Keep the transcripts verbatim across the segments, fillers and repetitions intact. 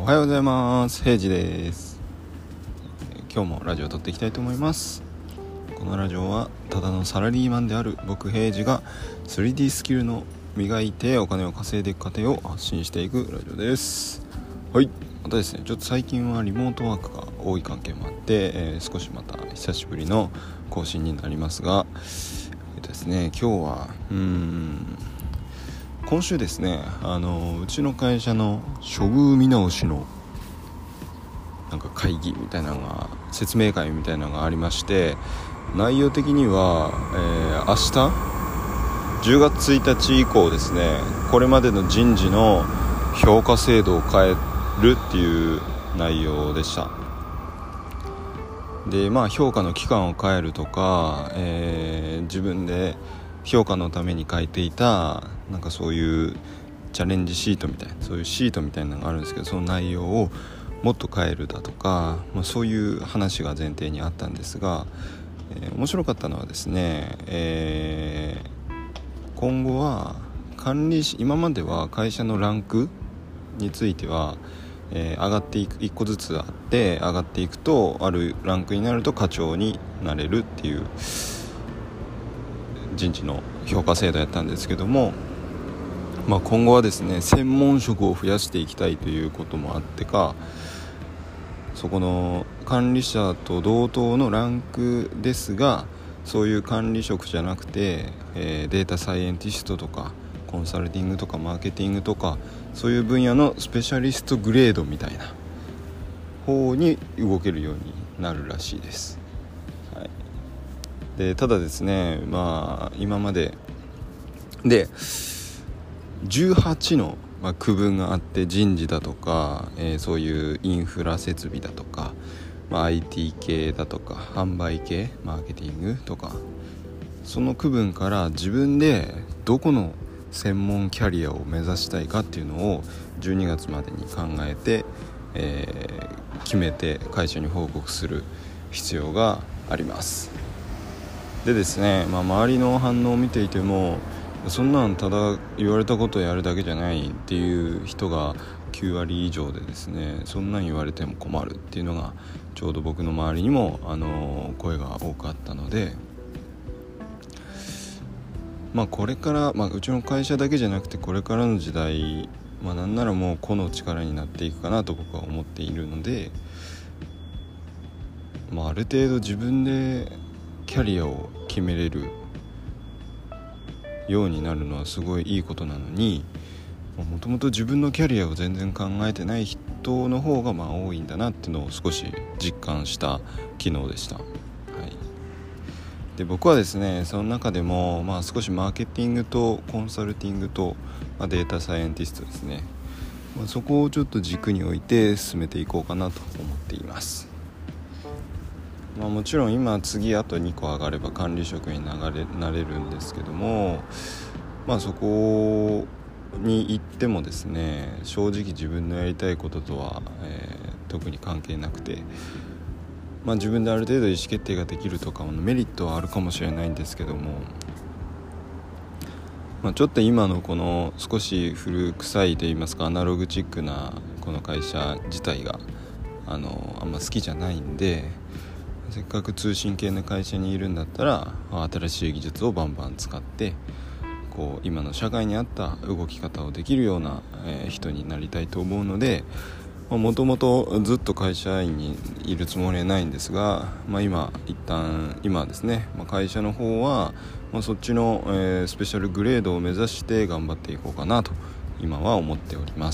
おはようございます。平治です。今日もラジオを撮っていきたいと思います。このラジオはただのサラリーマンである僕平治が スリーディー スキルの磨いてお金を稼いでいく過程を発信していくラジオです。はい、またですね、ちょっと最近はリモートワークが多い関係もあって、えー、少しまた久しぶりの更新になりますが、えっとですね、今日はうーん今週ですね、あのうちの会社の処遇見直しのなんか会議みたいなのが説明会みたいなのがありまして、内容的には、えー、明日じゅうがつついたち以降ですね、これまでの人事の評価制度を変えるっていう内容でした。で、まあ評価の期間を変えるとか、えー、自分で評価のために書いていたなんかそういうチャレンジシートみたいな、そういうシートみたいなのがあるんですけど、その内容をもっと変えるだとか、まあ、そういう話が前提にあったんですが、えー、面白かったのはですね、えー、今後は管理士、今までは会社のランクについては、えー、上がっていく、いっこずつあって上がっていくと、あるランクになると課長になれるっていう人事の評価制度やったんですけども、まあ、今後はですね、専門職を増やしていきたいということもあってか、そこの管理者と同等のランクですが、そういう管理職じゃなくて、えー、データサイエンティストとかコンサルティングとかマーケティングとか、そういう分野のスペシャリストグレードみたいな方に動けるようになるらしいです。はい、でただですね、まあ今まででじゅうはちの、まあ、区分があって、人事だとか、えー、そういうインフラ設備だとか、まあ、アイティー 系だとか販売系マーケティングとか、その区分から自分でどこの専門キャリアを目指したいかっていうのをじゅうにがつまでに考えて、えー、決めて会社に報告する必要があります。でですね、まあ、周りの反応を見ていても、そんなんただ言われたことをやるだけじゃないっていう人がきゅうわり以上でですね、そんなん言われても困るっていうのがちょうど僕の周りにも、あの声が多くあったので、まあこれから、まあ、うちの会社だけじゃなくてこれからの時代、まあ、なんならもう個の力になっていくかなと僕は思っているので、まあ、ある程度自分でキャリアを決めれるようになるのはすごいいいことなのに、もともと自分のキャリアを全然考えてない人の方がまあ多いんだなっていうのを少し実感した昨日でした。はい、で僕はですね、その中でもまあ少しマーケティングとコンサルティングと、まあ、データサイエンティストですね、まあ、そこをちょっと軸に置いて進めていこうかなと思っています。まあ、もちろん今次あとにこ上がれば管理職に流れなれるんですけども、まあそこに行ってもですね、正直自分のやりたいこととは、えー、特に関係なくて、まあ自分である程度意思決定ができるとかメリットはあるかもしれないんですけども、まあ、ちょっと今のこの少し古臭いといいますかアナログチックなこの会社自体があのあんま好きじゃないんで、せっかく通信系の会社にいるんだったら新しい技術をバンバン使ってこう今の社会に合った動き方をできるような、えー、人になりたいと思うので、もともとずっと会社員にいるつもりはないんですが、まあ、今一旦今ですね、まあ、会社の方は、まあ、そっちの、えー、スペシャルグレードを目指して頑張っていこうかなと今は思っております。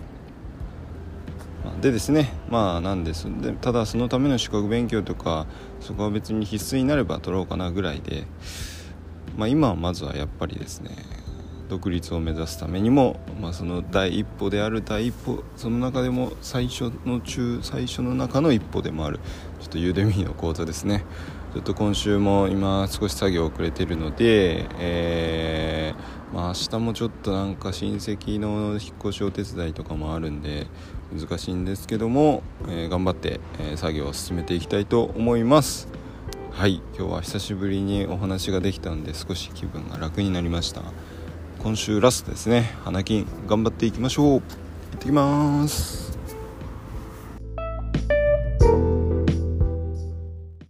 でですね、まあなんですで、ただそのための資格勉強とかそこは別に必須になれば取ろうかなぐらいで、まあ今はまずはやっぱりですね、独立を目指すためにも、まあ、その第一歩である第一歩、その中でも最初の中最初の中の一歩でもあるちょっとユーデミーの講座ですね。ちょっと今週も今少し作業遅れているので、えーまあ、明日もちょっとなんか親戚の引っ越しお手伝いとかもあるんで難しいんですけども、えー、頑張って、えー、作業を進めていきたいと思います。はい、今日は久しぶりにお話ができたので少し気分が楽になりました。今週ラストですね、花金頑張っていきましょう。行ってきます。